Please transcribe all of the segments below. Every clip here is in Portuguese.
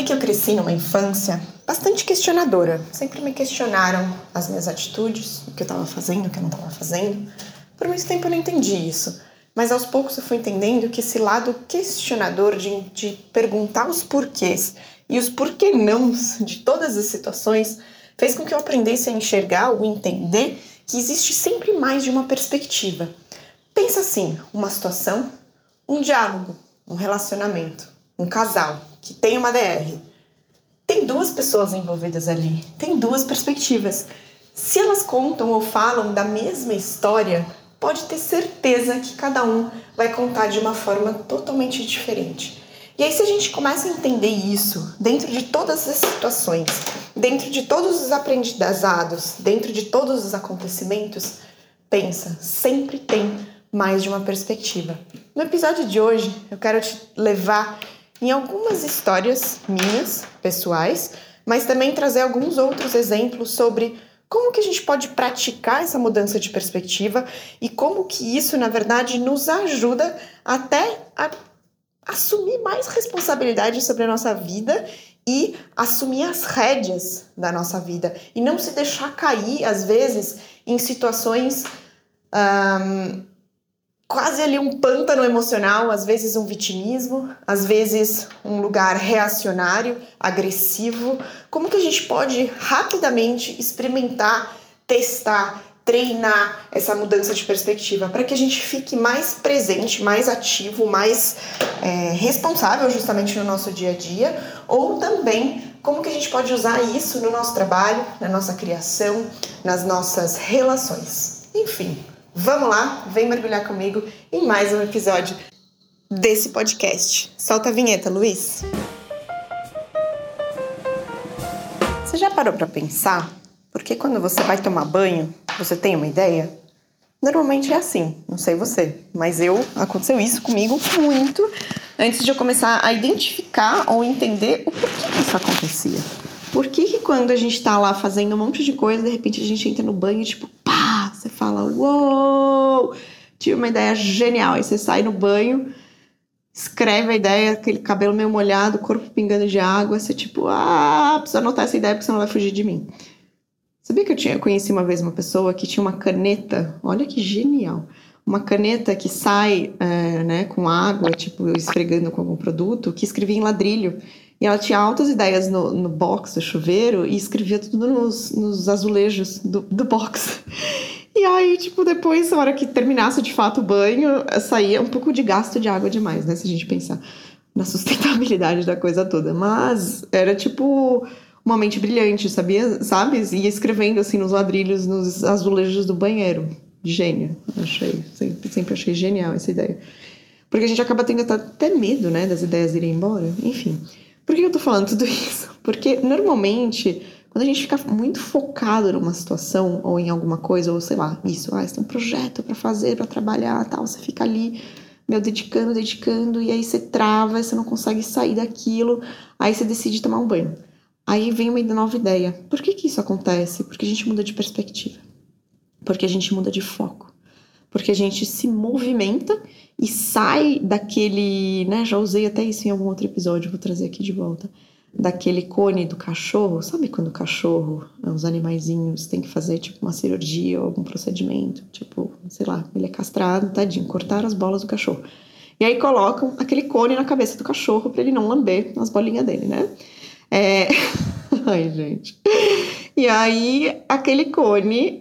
Sabe que eu cresci numa infância bastante questionadora. Sempre me questionaram as minhas atitudes, o que eu estava fazendo, o que eu não estava fazendo. Por muito tempo eu não entendi isso. Mas aos poucos eu fui entendendo que esse lado questionador de perguntar os porquês e os porquê nãos de todas as situações fez com que eu aprendesse a enxergar ou entender que existe sempre mais de uma perspectiva. Pensa assim, uma situação, um diálogo, um relacionamento, um casal que tem uma DR. Tem duas pessoas envolvidas ali, tem duas perspectivas. Se elas contam ou falam da mesma história, pode ter certeza que cada um vai contar de uma forma totalmente diferente. E aí, se a gente começa a entender isso dentro de todas as situações, dentro de todos os aprendizados, dentro de todos os acontecimentos, pensa, sempre tem mais de uma perspectiva. No episódio de hoje, eu quero te levar em algumas histórias minhas, pessoais, mas também trazer alguns outros exemplos sobre como que a gente pode praticar essa mudança de perspectiva e como que isso, na verdade, nos ajuda até a assumir mais responsabilidade sobre a nossa vida e assumir as rédeas da nossa vida e não se deixar cair, às vezes, em situações quase ali um pântano emocional, às vezes um vitimismo, às vezes um lugar reacionário, agressivo. Como que a gente pode rapidamente experimentar, testar, treinar essa mudança de perspectiva para que a gente fique mais presente, mais ativo, mais responsável justamente no nosso dia a dia, ou também como que a gente pode usar isso no nosso trabalho, na nossa criação, nas nossas relações. Enfim, vamos lá, vem mergulhar comigo em mais um episódio desse podcast. Solta a vinheta, Luiz. Você já parou para pensar? Porque quando você vai tomar banho, você tem uma ideia? Normalmente é assim, não sei você, mas aconteceu isso comigo muito antes de eu começar a identificar ou entender o porquê que isso acontecia. Por que quando a gente tá lá fazendo um monte de coisa, de repente a gente entra no banho e tipo, pá, você fala, uou, tive uma ideia genial. Aí você sai no banho, escreve a ideia, aquele cabelo meio molhado, corpo pingando de água, você tipo, precisa anotar essa ideia porque senão vai fugir de mim. Sabia que eu conheci uma vez uma pessoa que tinha uma caneta, olha que genial, uma caneta que sai com água, tipo esfregando com algum produto, que escrevia em ladrilho. E ela tinha altas ideias no box do chuveiro e escrevia tudo nos azulejos do box. E aí, tipo, depois, na hora que terminasse de fato o banho, saía um pouco de gasto de água demais, né? Se a gente pensar na sustentabilidade da coisa toda. Mas era tipo uma mente brilhante, sabe? Ia escrevendo assim nos ladrilhos, nos azulejos do banheiro. Gênio. Sempre achei genial essa ideia. Porque a gente acaba tendo até medo, né, das ideias irem embora. Enfim. Por que eu tô falando tudo isso? Porque normalmente, quando a gente fica muito focado numa situação ou em alguma coisa, ou sei lá, isso tem um projeto pra fazer, pra trabalhar, tal, você fica ali, dedicando, e aí você trava, você não consegue sair daquilo, aí você decide tomar um banho. Aí vem uma nova ideia. Por que isso acontece? Porque a gente muda de perspectiva. Porque a gente muda de foco. Porque a gente se movimenta e sai daquele, né, já usei até isso em algum outro episódio, vou trazer aqui de volta, daquele cone do cachorro. Sabe quando o cachorro, os animaizinhos, tem que fazer tipo uma cirurgia ou algum procedimento, tipo, sei lá, ele é castrado, tadinho, cortaram as bolas do cachorro. E aí colocam aquele cone na cabeça do cachorro pra ele não lamber as bolinhas dele, né? Ai, gente. E aí, aquele cone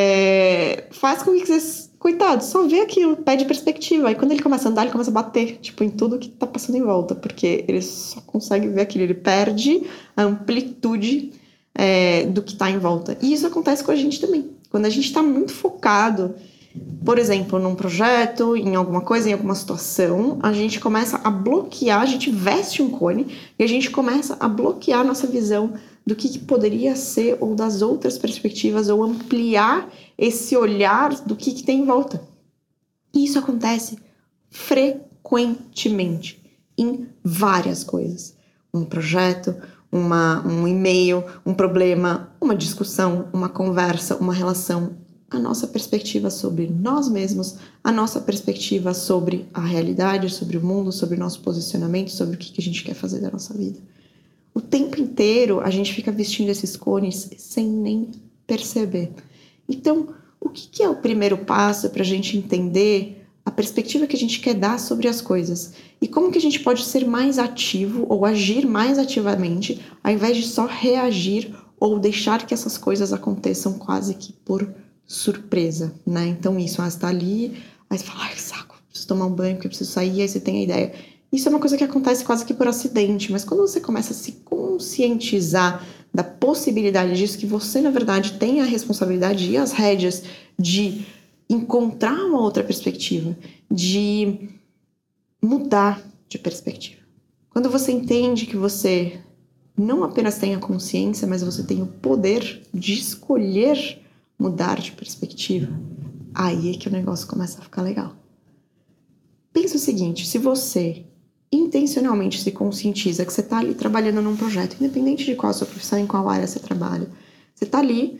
faz com que vocês, coitado, só vê aquilo, perde perspectiva. Aí quando ele começa a andar, ele começa a bater, tipo, em tudo que tá passando em volta, porque ele só consegue ver aquilo, ele perde a amplitude do que tá em volta. E isso acontece com a gente também. Quando a gente tá muito focado, por exemplo, num projeto, em alguma coisa, em alguma situação, a gente começa a bloquear, a gente veste um cone e a gente começa a bloquear a nossa visão do que poderia ser ou das outras perspectivas ou ampliar esse olhar do que tem em volta. E isso acontece frequentemente em várias coisas. Um projeto, um e-mail, um problema, uma discussão, uma conversa, uma relação. A nossa perspectiva sobre nós mesmos, a nossa perspectiva sobre a realidade, sobre o mundo, sobre o nosso posicionamento, sobre o que a gente quer fazer da nossa vida. O tempo inteiro a gente fica vestindo esses cones sem nem perceber. Então, o que é o primeiro passo para a gente entender a perspectiva que a gente quer dar sobre as coisas? E como que a gente pode ser mais ativo ou agir mais ativamente, ao invés de só reagir ou deixar que essas coisas aconteçam quase que por surpresa, né? Então isso, você tá ali, aí você fala, ai, saco, preciso tomar um banho porque eu preciso sair, aí você tem a ideia. Isso é uma coisa que acontece quase que por acidente, mas quando você começa a se conscientizar da possibilidade disso, que você, na verdade, tem a responsabilidade e as rédeas de encontrar uma outra perspectiva, de mudar de perspectiva. Quando você entende que você não apenas tem a consciência, mas você tem o poder de escolher mudar de perspectiva, aí é que o negócio começa a ficar legal. Pensa o seguinte, se você intencionalmente se conscientiza que você está ali trabalhando num projeto, independente de qual a sua profissão, em qual área você trabalha, você está ali,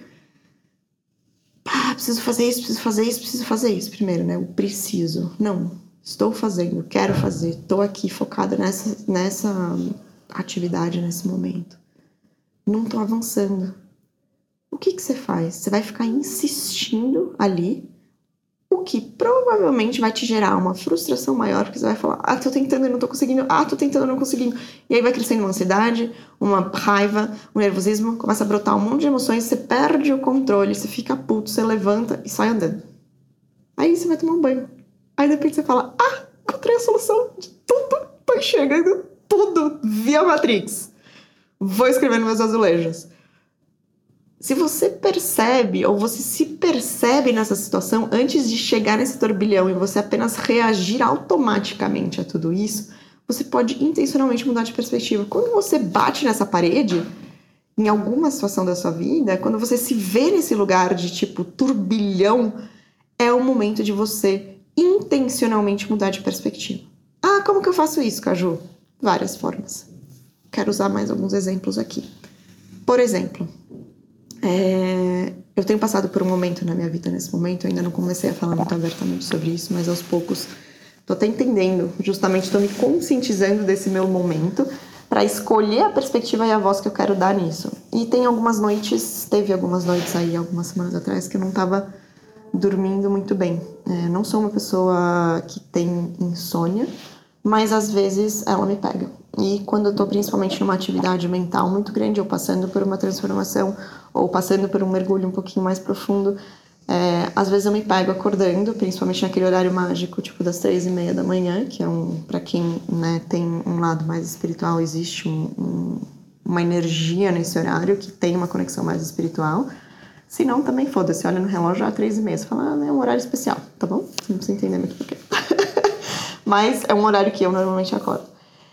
preciso fazer isso, preciso fazer isso, preciso fazer isso. Primeiro, né? O preciso. Não, estou fazendo, quero fazer, estou aqui focada nessa atividade, nesse momento. Não estou avançando. O que você faz? Você vai ficar insistindo ali, o que provavelmente vai te gerar uma frustração maior, porque você vai falar, tô tentando e não tô conseguindo, tô tentando e não conseguindo. E aí vai crescendo uma ansiedade, uma raiva, um nervosismo, começa a brotar um monte de emoções, você perde o controle, você fica puto, você levanta e sai andando. Aí você vai tomar um banho. Aí de repente você fala, encontrei a solução de tudo, tô enxergando tudo via Matrix. Vou escrever nos meus azulejos. Se você percebe, ou você se percebe nessa situação, antes de chegar nesse turbilhão e você apenas reagir automaticamente a tudo isso, você pode intencionalmente mudar de perspectiva. Quando você bate nessa parede, em alguma situação da sua vida, quando você se vê nesse lugar de tipo turbilhão, é o momento de você intencionalmente mudar de perspectiva. Como que eu faço isso, Caju? Várias formas. Quero usar mais alguns exemplos aqui. Por exemplo, eu tenho passado por um momento na minha vida nesse momento, eu ainda não comecei a falar muito abertamente sobre isso, mas aos poucos tô até entendendo, justamente tô me conscientizando desse meu momento para escolher a perspectiva e a voz que eu quero dar nisso. E teve algumas noites aí, algumas semanas atrás, que eu não tava dormindo muito bem. Não sou uma pessoa que tem insônia, mas às vezes ela me pega. E quando eu tô principalmente numa atividade mental muito grande, ou passando por uma transformação, ou passando por um mergulho um pouquinho mais profundo, às vezes eu me pego acordando, principalmente naquele horário mágico, tipo das 3:30 da manhã, que é pra quem, né, tem um lado mais espiritual, existe uma energia nesse horário que tem uma conexão mais espiritual. Se não, também foda-se, olha no relógio, já 3:30, você fala, é um horário especial, tá bom? Você não precisa entender muito porquê. Mas é um horário que eu normalmente acordo.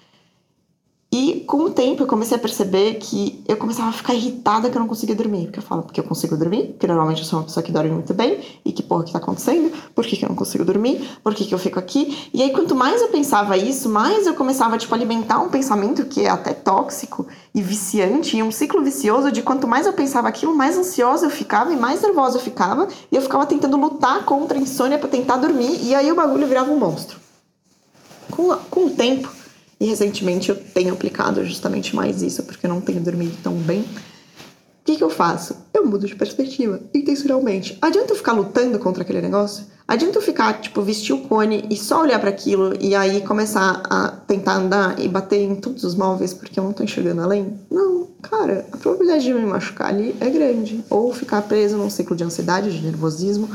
E com o tempo eu comecei a perceber que eu começava a ficar irritada que eu não conseguia dormir. Porque eu consigo dormir, porque normalmente eu sou uma pessoa que dorme muito bem. E que porra que tá acontecendo? Por que eu não consigo dormir? Por que eu fico aqui? E aí quanto mais eu pensava isso, mais eu começava a alimentar um pensamento que é até tóxico e viciante. E um ciclo vicioso de quanto mais eu pensava aquilo, mais ansiosa eu ficava e mais nervosa eu ficava. E eu ficava tentando lutar contra a insônia pra tentar dormir. E aí o bagulho virava um monstro. Com o tempo... E recentemente eu tenho aplicado justamente mais isso, porque eu não tenho dormido tão bem. O que eu faço? Eu mudo de perspectiva, intencionalmente. Adianta eu ficar lutando contra aquele negócio? Adianta eu ficar, vestir o cone e só olhar para aquilo e aí começar a tentar andar e bater em todos os móveis porque eu não tô enxergando além? Não, cara, a probabilidade de me machucar ali é grande. Ou ficar preso num ciclo de ansiedade, de nervosismo.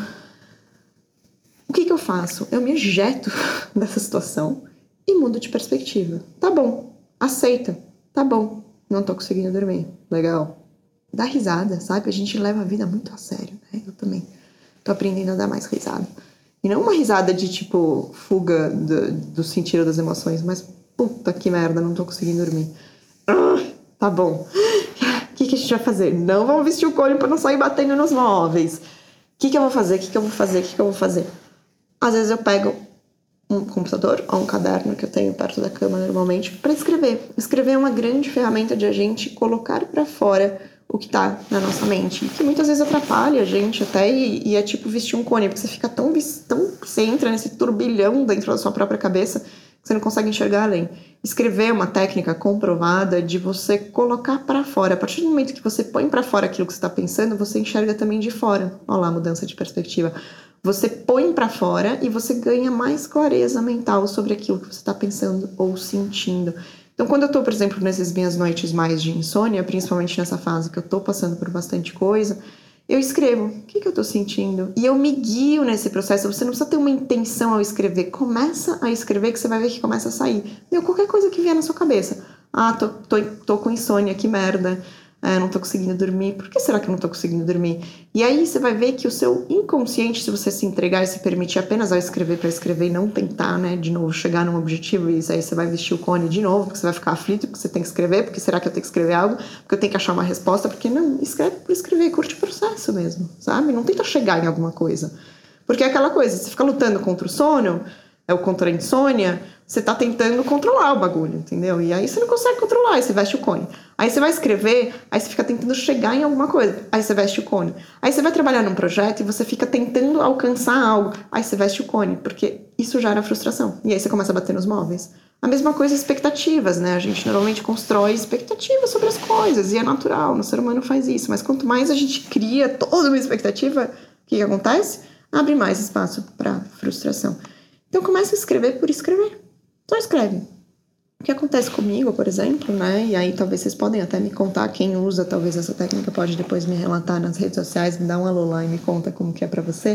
O que eu faço? Eu me ejeto dessa situação e mudo de perspectiva. Tá bom, aceita. Tá bom, não tô conseguindo dormir. Legal. Dá risada, sabe? A gente leva a vida muito a sério, né? Eu também tô aprendendo a dar mais risada. E não uma risada de, fuga do sentido das emoções, mas puta que merda, não tô conseguindo dormir. Tá bom. O que a gente vai fazer? Não vamos vestir o cone pra não sair batendo nos móveis. O que eu vou fazer? O que eu vou fazer? Às vezes eu pego um computador ou um caderno que eu tenho perto da cama normalmente para escrever. Escrever é uma grande ferramenta de a gente colocar para fora o que tá na nossa mente. E que muitas vezes atrapalha a gente até e é tipo vestir um cone, porque você fica tão... Você entra nesse turbilhão dentro da sua própria cabeça que você não consegue enxergar além. Escrever é uma técnica comprovada de você colocar para fora. A partir do momento que você põe para fora aquilo que você está pensando, você enxerga também de fora. Olha lá a mudança de perspectiva. Você põe para fora e você ganha mais clareza mental sobre aquilo que você está pensando ou sentindo. Então, quando eu estou, por exemplo, nessas minhas noites mais de insônia, principalmente nessa fase que eu estou passando por bastante coisa, eu escrevo. O que eu estou sentindo? E eu me guio nesse processo. Você não precisa ter uma intenção ao escrever. Começa a escrever que você vai ver que começa a sair. Qualquer coisa que vier na sua cabeça. Ah, tô com insônia, que merda. Não tô conseguindo dormir. Por que será que eu não tô conseguindo dormir? E aí você vai ver que o seu inconsciente, se você se entregar e se permitir apenas ao escrever para escrever e não tentar, né, de novo, chegar num objetivo, e aí você vai vestir o cone de novo, porque você vai ficar aflito, porque você tem que escrever, porque será que eu tenho que escrever algo? Porque eu tenho que achar uma resposta, porque não, escreve por escrever, curte o processo mesmo, sabe? Não tenta chegar em alguma coisa. Porque é aquela coisa, você fica lutando contra o sono, contra a insônia, você tá tentando controlar o bagulho, entendeu? E aí você não consegue controlar, aí você veste o cone. Aí você vai escrever, aí você fica tentando chegar em alguma coisa, aí você veste o cone. Aí você vai trabalhar num projeto e você fica tentando alcançar algo, aí você veste o cone, porque isso gera frustração. E aí você começa a bater nos móveis. A mesma coisa, expectativas, né? A gente normalmente constrói expectativas sobre as coisas, e é natural, o ser humano faz isso. Mas quanto mais a gente cria toda uma expectativa, o que acontece? Abre mais espaço para frustração. Então começa a escrever por escrever. Só escreve. O que acontece comigo, por exemplo, né? E aí talvez vocês podem até me contar, quem usa talvez essa técnica pode depois me relatar nas redes sociais, me dá um alô lá e me conta como que é pra você.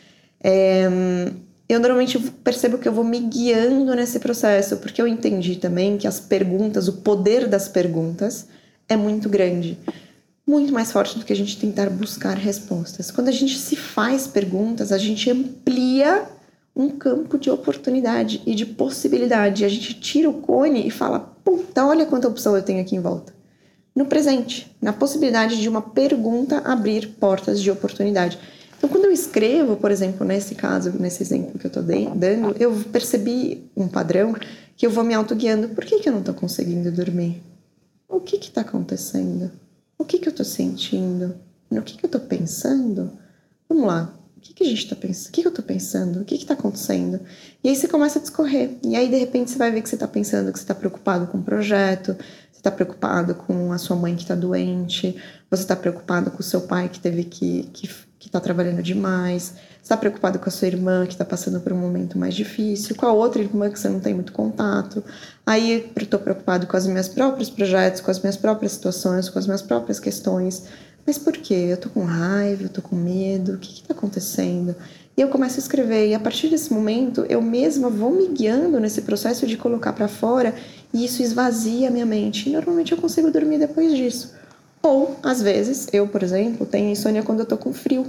Eu normalmente percebo que eu vou me guiando nesse processo, porque eu entendi também que as perguntas, o poder das perguntas é muito grande. Muito mais forte do que a gente tentar buscar respostas. Quando a gente se faz perguntas, a gente amplia um campo de oportunidade e de possibilidade. A gente tira o cone e fala, puta, olha quanta opção eu tenho aqui em volta. No presente, na possibilidade de uma pergunta abrir portas de oportunidade. Então, quando eu escrevo, por exemplo, nesse caso, nesse exemplo que eu tô dando, eu percebi um padrão que eu vou me autoguiando. Por que eu não tô conseguindo dormir? O que tá acontecendo? O que eu tô sentindo? No que eu tô pensando? Vamos lá. O que a gente tá pensando? O que eu tô pensando? O que tá acontecendo? E aí você começa a discorrer. E aí, de repente, você vai ver que você tá pensando que você tá preocupado com o projeto, você tá preocupado com a sua mãe que tá doente, você tá preocupado com o seu pai que teve que tá trabalhando demais, você tá preocupado com a sua irmã que tá passando por um momento mais difícil, com a outra irmã que você não tem muito contato. Aí eu tô preocupado com os meus próprios projetos, com as minhas próprias situações, com as minhas próprias questões. Mas por quê? Eu tô com raiva, eu tô com medo, o que tá acontecendo? E eu começo a escrever, e a partir desse momento, eu mesma vou me guiando nesse processo de colocar pra fora, e isso esvazia a minha mente. E normalmente eu consigo dormir depois disso. Ou, às vezes, eu, por exemplo, tenho insônia quando eu tô com frio.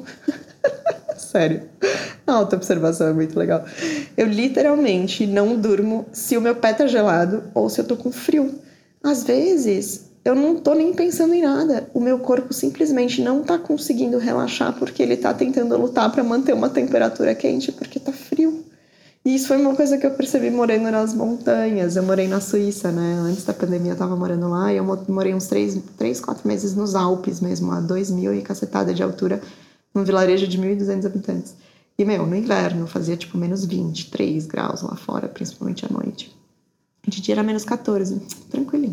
Sério. A autoobservação é muito legal. Eu literalmente não durmo se o meu pé tá gelado ou se eu tô com frio. Às vezes, eu não tô nem pensando em nada. O meu corpo simplesmente não tá conseguindo relaxar porque ele tá tentando lutar pra manter uma temperatura quente porque tá frio. E isso foi uma coisa que eu percebi morando nas montanhas. Eu morei na Suíça, né? Antes da pandemia eu tava morando lá e eu morei uns 4 meses nos Alpes mesmo, a 2.000 e cacetada de altura, num vilarejo de 1.200 habitantes. E, no inverno fazia tipo menos 23 graus lá fora, principalmente à noite. De dia era menos 14, tranquilinho.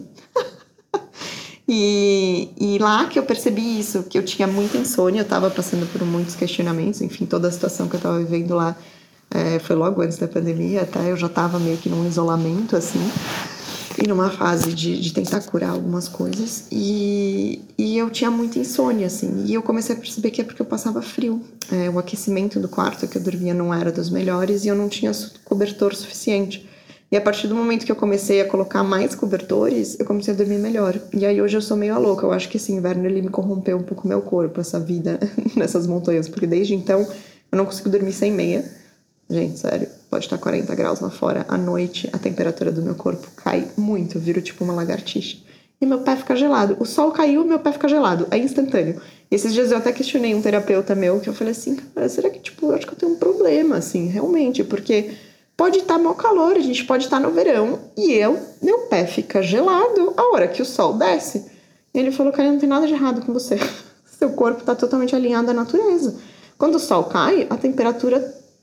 E lá que eu percebi isso, que eu tinha muita insônia, eu tava passando por muitos questionamentos, enfim, toda a situação que eu tava vivendo lá foi logo antes da pandemia, até eu já tava meio que num isolamento, assim, e numa fase de tentar curar algumas coisas, e eu tinha muita insônia, assim, e eu comecei a perceber que é porque eu passava frio. O aquecimento do quarto que eu dormia não era dos melhores e eu não tinha cobertor suficiente. E a partir do momento que eu comecei a colocar mais cobertores, eu comecei a dormir melhor. E aí hoje eu sou meio louca. Eu acho que esse inverno ele me corrompeu um pouco o meu corpo, essa vida nessas montanhas. Porque desde então eu não consigo dormir sem meia. Gente, sério, pode estar 40 graus lá fora. À noite a temperatura do meu corpo cai muito. Eu viro tipo uma lagartixa. E meu pé fica gelado. O sol caiu, meu pé fica gelado. É instantâneo. E esses dias eu até questionei um terapeuta meu, que eu falei assim, cara, será que eu acho que eu tenho um problema, assim, realmente? Porque pode estar mau calor, a gente pode estar no verão e meu pé fica gelado a hora que o sol desce. E ele falou, cara, não tem nada de errado com você. Seu corpo está totalmente alinhado à natureza. Quando o sol cai, a temperatura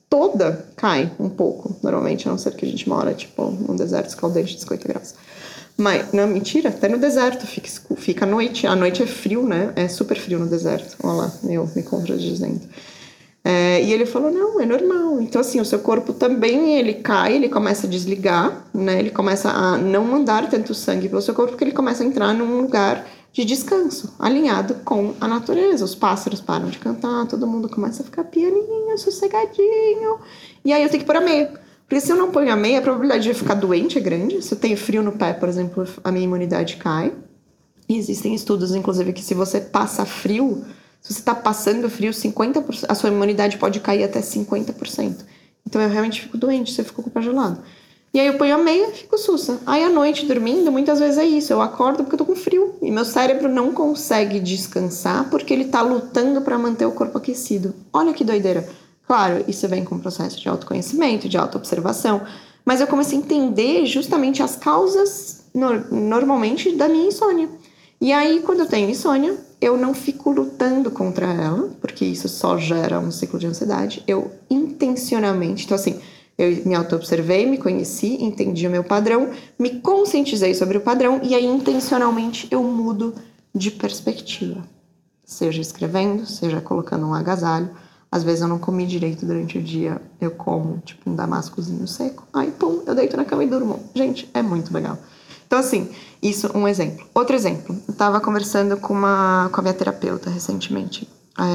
toda cai um pouco, normalmente, a não ser que a gente mora, tipo, num deserto escaldante de 50 graus. Mas, não, mentira, até no deserto fica à noite. À noite é frio, né? É super frio no deserto. Olha lá, eu me contradizendo. E ele falou, não, é normal. Então, assim, o seu corpo também, ele cai, ele começa a desligar, né? Ele começa a não mandar tanto sangue pelo seu corpo, porque ele começa a entrar num lugar de descanso, alinhado com a natureza. Os pássaros param de cantar, todo mundo começa a ficar pianinho, sossegadinho. E aí eu tenho que pôr a meia. Porque se eu não ponho a meia, a probabilidade de eu ficar doente é grande. Se eu tenho frio no pé, por exemplo, a minha imunidade cai. E existem estudos, inclusive, que se você passa frio, se você tá passando frio, 50%, a sua imunidade pode cair até 50%. Então eu realmente fico doente se eu fico com o pé gelado. E aí eu ponho a meia e fico sussa. Aí à noite, dormindo, muitas vezes é isso. Eu acordo porque eu tô com frio. E meu cérebro não consegue descansar porque ele tá lutando para manter o corpo aquecido. Olha que doideira. Claro, isso vem com o processo de autoconhecimento, de autoobservação. Mas eu comecei a entender justamente as causas, normalmente, da minha insônia. E aí, quando eu tenho insônia, eu não fico lutando contra ela, porque isso só gera um ciclo de ansiedade. Eu intencionalmente, então assim, eu me auto-observei, me conheci, entendi o meu padrão, me conscientizei sobre o padrão e aí intencionalmente eu mudo de perspectiva. Seja escrevendo, seja colocando um agasalho. Às vezes eu não comi direito durante o dia, eu como tipo um damascozinho seco. Aí, pum, eu deito na cama e durmo. Gente, é muito legal. Então, assim, isso um exemplo. Outro exemplo, eu tava conversando com a minha terapeuta recentemente.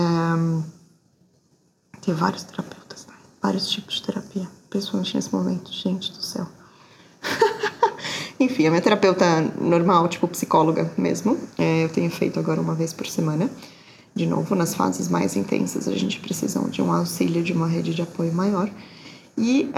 Tem vários terapeutas, né? Vários tipos de terapia, principalmente nesse momento. Gente do céu. Enfim, a minha terapeuta normal, tipo psicóloga mesmo, eu tenho feito agora uma vez por semana. De novo, nas fases mais intensas, a gente precisa de um auxílio, de uma rede de apoio maior. E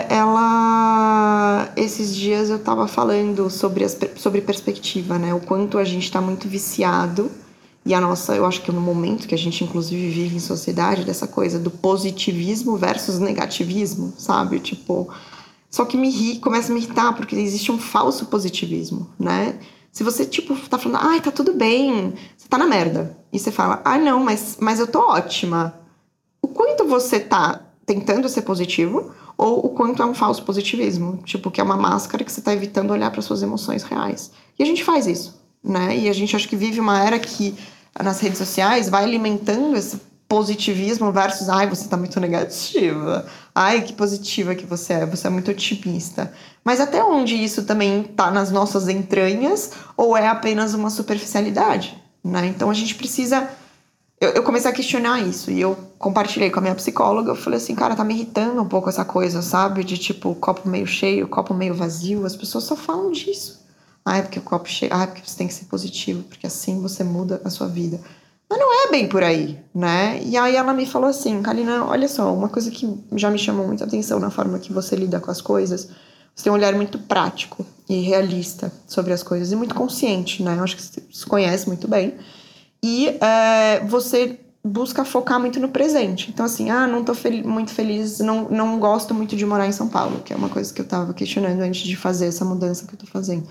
esses dias eu tava falando sobre perspectiva, né? O quanto a gente tá muito viciado. E eu acho que no momento que a gente inclusive vive em sociedade, dessa coisa do positivismo versus negativismo, sabe? Tipo, só que começa a me irritar, porque existe um falso positivismo, né? Se você, tipo, tá falando, ai, tá tudo bem, você tá na merda. E você fala, não, mas eu tô ótima. O quanto você tá tentando ser positivo ou o quanto é um falso positivismo, tipo, que é uma máscara que você tá evitando olhar para suas emoções reais. E a gente faz isso, né? E a gente acho que vive uma era que nas redes sociais vai alimentando esse positivismo versus, ai, você tá muito negativa. Ai, que positiva que você é muito otimista. Mas até onde isso também tá nas nossas entranhas ou é apenas uma superficialidade, né? Então a gente precisa... Eu comecei a questionar isso e eu compartilhei com a minha psicóloga. Eu falei assim, cara, tá me irritando um pouco essa coisa, sabe? De tipo, copo meio cheio, copo meio vazio. As pessoas só falam disso. Porque o copo cheio, porque você tem que ser positivo, porque assim você muda a sua vida. Mas não é bem por aí, né? E aí ela me falou assim, Kalina, olha só, uma coisa que já me chamou muita atenção na forma que você lida com as coisas. Você tem um olhar muito prático e realista sobre as coisas e muito consciente, né? Eu acho que você se conhece muito bem. E você busca focar muito no presente. Então, assim, não tô muito feliz, não gosto muito de morar em São Paulo, que é uma coisa que eu tava questionando antes de fazer essa mudança que eu tô fazendo.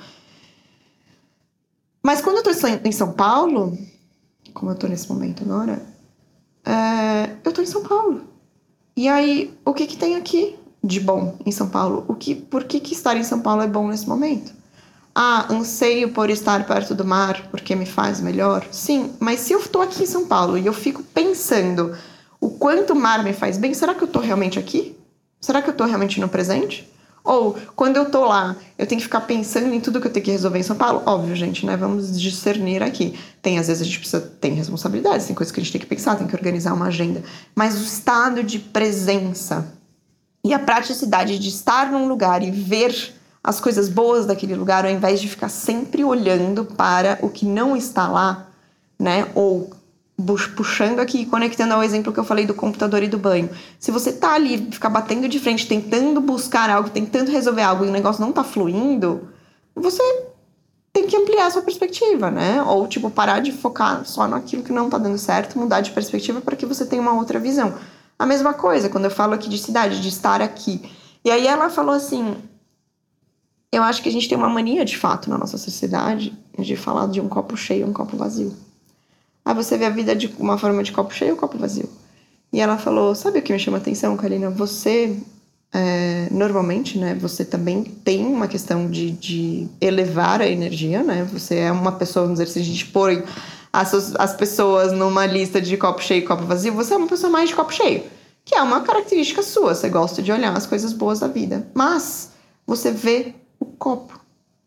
Mas quando eu tô em São Paulo, como eu tô nesse momento agora, eu tô em São Paulo. E aí, o que tem aqui de bom em São Paulo? Por que estar em São Paulo é bom nesse momento? Anseio por estar perto do mar porque me faz melhor? Sim, mas se eu estou aqui em São Paulo e eu fico pensando o quanto o mar me faz bem, será que eu estou realmente aqui? Será que eu estou realmente no presente? Ou, quando eu tô lá, eu tenho que ficar pensando em tudo que eu tenho que resolver em São Paulo? Óbvio, gente, né? Vamos discernir aqui. Às vezes a gente tem responsabilidades, tem coisas que a gente tem que pensar, tem que organizar uma agenda. Mas o estado de presença e a praticidade de estar num lugar e ver as coisas boas daquele lugar, ao invés de ficar sempre olhando para o que não está lá, né? Ou puxando aqui e conectando ao exemplo que eu falei do computador e do banho. Se você tá ali, ficar batendo de frente, tentando buscar algo, tentando resolver algo e o negócio não tá fluindo, você tem que ampliar a sua perspectiva, né? Ou, tipo, parar de focar só naquilo que não tá dando certo, mudar de perspectiva para que você tenha uma outra visão. A mesma coisa, quando eu falo aqui de cidade, de estar aqui. E aí ela falou assim... Eu acho que a gente tem uma mania, de fato, na nossa sociedade, de falar de um copo cheio e um copo vazio. Você vê a vida de uma forma de copo cheio ou copo vazio? E ela falou, sabe o que me chama atenção, Karina? Você, normalmente, né, você também tem uma questão de elevar a energia, né? Você é uma pessoa, vamos dizer, se a gente põe as pessoas numa lista de copo cheio e copo vazio, você é uma pessoa mais de copo cheio, que é uma característica sua, você gosta de olhar as coisas boas da vida. Mas você vê o copo.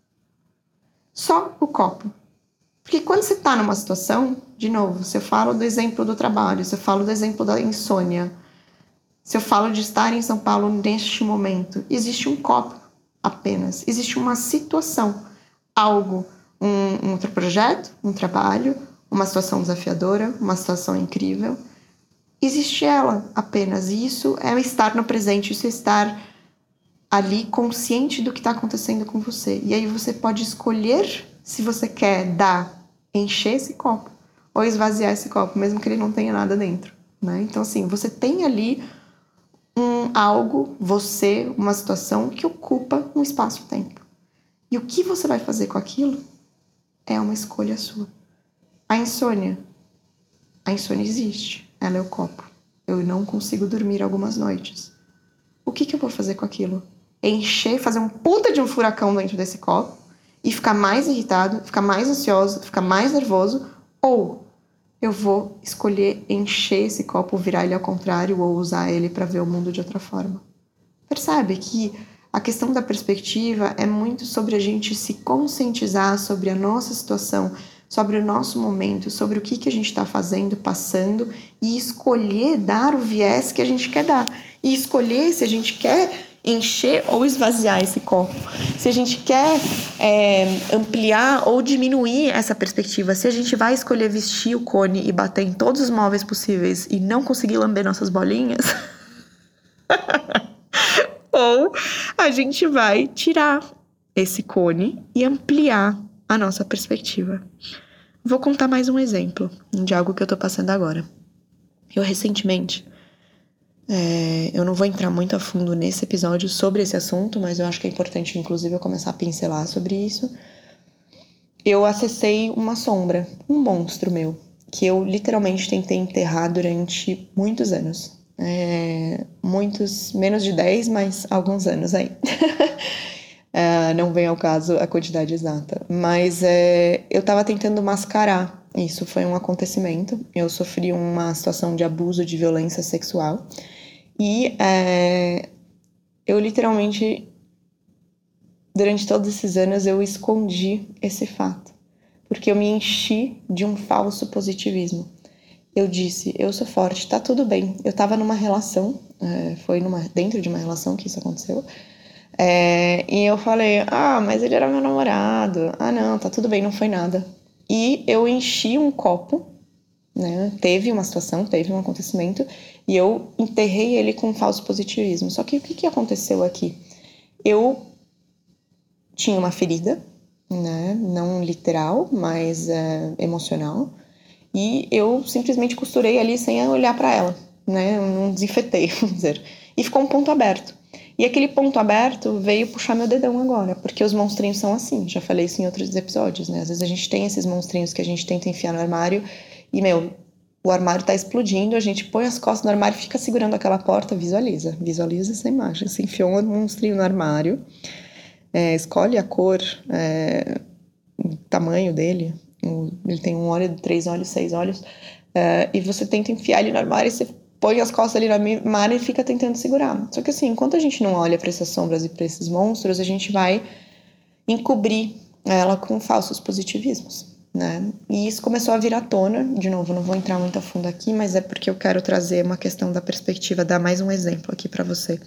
Só o copo. Porque quando você está numa situação, de novo, se eu falo do exemplo do trabalho, se eu falo do exemplo da insônia, se eu falo de estar em São Paulo neste momento, existe um copo apenas, existe uma situação, algo, um outro projeto, um trabalho, uma situação desafiadora, uma situação incrível. Existe ela apenas, e isso é estar no presente, isso é estar ali consciente do que está acontecendo com você. E aí você pode escolher se você quer encher esse copo ou esvaziar esse copo, mesmo que ele não tenha nada dentro, né? Então, assim, você tem ali algo, uma situação que ocupa um espaço-tempo. E o que você vai fazer com aquilo é uma escolha sua. A insônia existe, ela é o copo. Eu não consigo dormir algumas noites. O que eu vou fazer com aquilo? Encher, fazer um puta de um furacão dentro desse copo e ficar mais irritado, ficar mais ansioso, ficar mais nervoso, ou eu vou escolher encher esse copo, virar ele ao contrário ou usar ele para ver o mundo de outra forma. Percebe que a questão da perspectiva é muito sobre a gente se conscientizar sobre a nossa situação, sobre o nosso momento, sobre o que a gente está fazendo, passando, e escolher dar o viés que a gente quer dar. E escolher se a gente quer encher ou esvaziar esse copo. Se a gente quer ampliar ou diminuir essa perspectiva. Se a gente vai escolher vestir o cone e bater em todos os móveis possíveis e não conseguir lamber nossas bolinhas... ou a gente vai tirar esse cone e ampliar a nossa perspectiva. Vou contar mais um exemplo de algo que eu tô passando agora. Eu recentemente, eu não vou entrar muito a fundo nesse episódio sobre esse assunto, mas eu acho que é importante, inclusive, eu começar a pincelar sobre isso. Eu acessei uma sombra, um monstro meu, que eu literalmente tentei enterrar durante muitos anos. Muitos, menos de 10, mas alguns anos aí. Não vem ao caso a quantidade exata. Mas eu tava tentando mascarar isso. Foi um acontecimento. Eu sofri uma situação de abuso, de violência sexual. E eu literalmente, durante todos esses anos, eu escondi esse fato. Porque eu me enchi de um falso positivismo. Eu disse, eu sou forte, tá tudo bem. Eu tava numa relação, foi dentro de uma relação que isso aconteceu. E eu falei, mas ele era meu namorado. Não, tá tudo bem, não foi nada. E eu enchi um copo, né? Teve uma situação, teve um acontecimento, e eu enterrei ele com um falso positivismo. Só que o que aconteceu aqui? Eu tinha uma ferida, né? Não literal, mas emocional. E eu simplesmente costurei ali sem olhar pra ela, né? Eu não desinfetei, vamos dizer. E ficou um ponto aberto. E aquele ponto aberto veio puxar meu dedão agora, porque os monstrinhos são assim, já falei isso em outros episódios, né? Às vezes a gente tem esses monstrinhos que a gente tenta enfiar no armário e, o armário tá explodindo, a gente põe as costas no armário e fica segurando aquela porta, visualiza essa imagem. Você enfiou um monstrinho no armário, escolhe a cor, o tamanho dele, ele tem 1 olho, 3 olhos, 6 olhos, e você tenta enfiar ele no armário e você põe as costas ali no armário e fica tentando segurar. Só que assim, enquanto a gente não olha para essas sombras e para esses monstros, a gente vai encobrir ela com falsos positivismos, né? E isso começou a vir à tona, de novo, não vou entrar muito a fundo aqui, mas é porque eu quero trazer uma questão da perspectiva, dar mais um exemplo aqui para você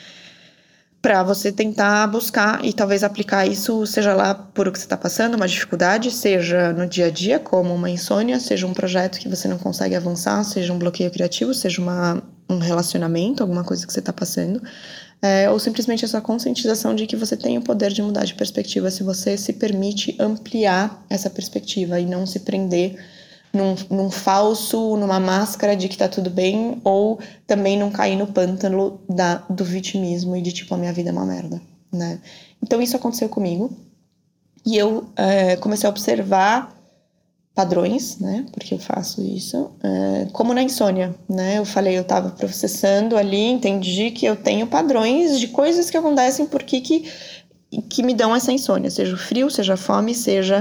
tentar buscar e talvez aplicar isso, seja lá por o que você está passando, uma dificuldade, seja no dia a dia, como uma insônia, seja um projeto que você não consegue avançar, seja um bloqueio criativo, seja um relacionamento, alguma coisa que você está passando, ou simplesmente essa conscientização de que você tem o poder de mudar de perspectiva se você se permite ampliar essa perspectiva e não se prender num falso, numa máscara de que tá tudo bem, ou também não cair no pântano do vitimismo e de tipo, a minha vida é uma merda, né? Então isso aconteceu comigo e eu comecei a observar padrões, né? Porque eu faço isso. Como na insônia, né? Eu falei, eu tava processando ali, entendi que eu tenho padrões de coisas que acontecem porque que me dão essa insônia. Seja o frio, seja a fome, seja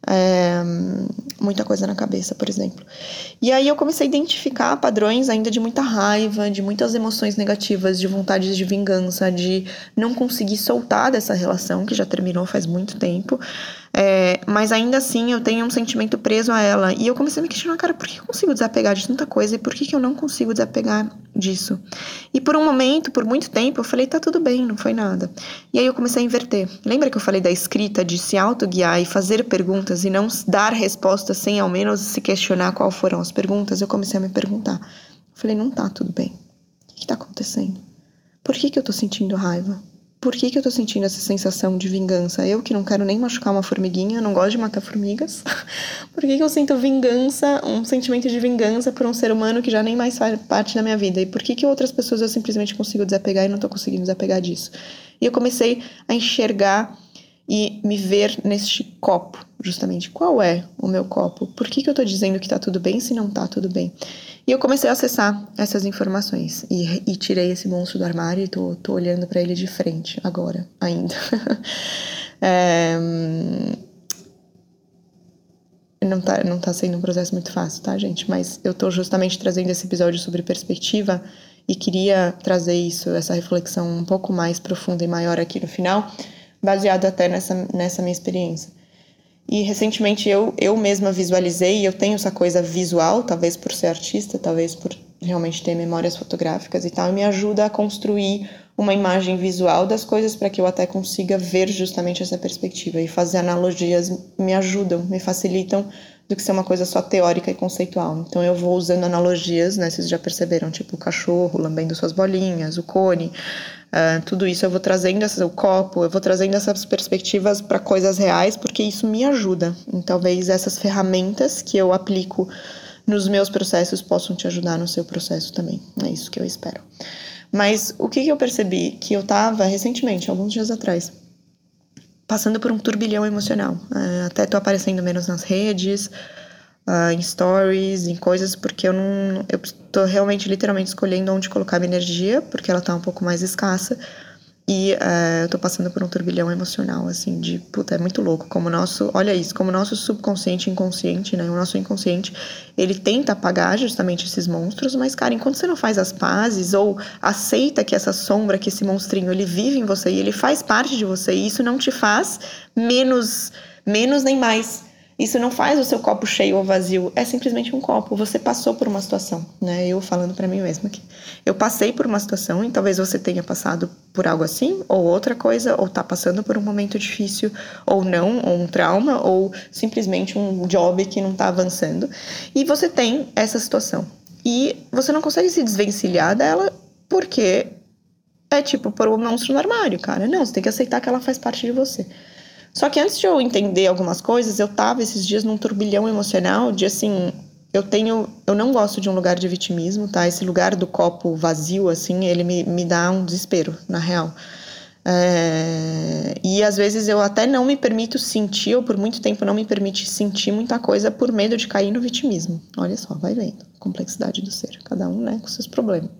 muita coisa na cabeça, por exemplo. E aí eu comecei a identificar padrões ainda de muita raiva, de muitas emoções negativas, de vontades de vingança, de não conseguir soltar dessa relação, que já terminou faz muito tempo. Mas ainda assim eu tenho um sentimento preso a ela. E eu comecei a me questionar, cara, por que eu consigo desapegar de tanta coisa? E por que eu não consigo desapegar disso? E por um momento, por muito tempo, eu falei, tá tudo bem, não foi nada. E aí eu comecei a inverter. Lembra que eu falei da escrita, de se autoguiar e fazer perguntas e não dar respostas sem ao menos se questionar qual foram as perguntas? Eu comecei a me perguntar. Eu falei, não tá tudo bem. O que tá acontecendo? Por que eu tô sentindo raiva? Por que eu tô sentindo essa sensação de vingança? Eu que não quero nem machucar uma formiguinha, não gosto de matar formigas. Por que eu sinto vingança, um sentimento de vingança por um ser humano que já nem mais faz parte da minha vida? E por que outras pessoas eu simplesmente consigo desapegar e não tô conseguindo desapegar disso? E eu comecei a enxergar e me ver neste copo, justamente. Qual é o meu copo? Por que eu tô dizendo que tá tudo bem se não tá tudo bem? E eu comecei a acessar essas informações e tirei esse monstro do armário e tô olhando pra ele de frente agora, ainda. Não tá sendo um processo muito fácil, tá, gente? Mas eu tô justamente trazendo esse episódio sobre perspectiva e queria trazer isso, essa reflexão um pouco mais profunda e maior aqui no final, baseado até nessa minha experiência. E recentemente eu mesma visualizei, eu tenho essa coisa visual, talvez por ser artista, talvez por realmente ter memórias fotográficas e tal, e me ajuda a construir uma imagem visual das coisas para que eu até consiga ver justamente essa perspectiva. E fazer analogias me ajudam, me facilitam do que ser uma coisa só teórica e conceitual. Então eu vou usando analogias, né, vocês já perceberam, tipo o cachorro lambendo suas bolinhas, o cone, tudo isso eu vou trazendo, o copo, eu vou trazendo essas perspectivas para coisas reais, porque isso me ajuda. E talvez essas ferramentas que eu aplico nos meus processos possam te ajudar no seu processo também. É isso que eu espero. Mas o que eu percebi? Que eu tava recentemente, alguns dias atrás, passando por um turbilhão emocional. Até tô aparecendo menos nas redes, em stories, em coisas, porque eu tô realmente, literalmente, escolhendo onde colocar minha energia, porque ela tá um pouco mais escassa. E eu tô passando por um turbilhão emocional, assim, de, puta, é muito louco, olha isso, como o nosso subconsciente, inconsciente, né, o nosso inconsciente, ele tenta apagar justamente esses monstros, mas, cara, enquanto você não faz as pazes, ou aceita que essa sombra, que esse monstrinho, ele vive em você, e ele faz parte de você, e isso não te faz menos nem mais. Isso não faz o seu copo cheio ou vazio, é simplesmente um copo. Você passou por uma situação, né? Eu falando pra mim mesma aqui. Eu passei por uma situação e talvez você tenha passado por algo assim, ou outra coisa, ou tá passando por um momento difícil, ou não, ou um trauma, ou simplesmente um job que não tá avançando. E você tem essa situação. E você não consegue se desvencilhar dela porque é tipo pôr um monstro no armário, cara. Não, você tem que aceitar que ela faz parte de você. Só que antes de eu entender algumas coisas, eu tava esses dias num turbilhão emocional de, assim, eu não gosto de um lugar de vitimismo, tá? Esse lugar do copo vazio, assim, ele me dá um desespero, na real. E às vezes eu até não me permito sentir, ou por muito tempo não me permite sentir muita coisa por medo de cair no vitimismo. Olha só, vai vendo. Complexidade do ser. Cada um, né, com seus problemas.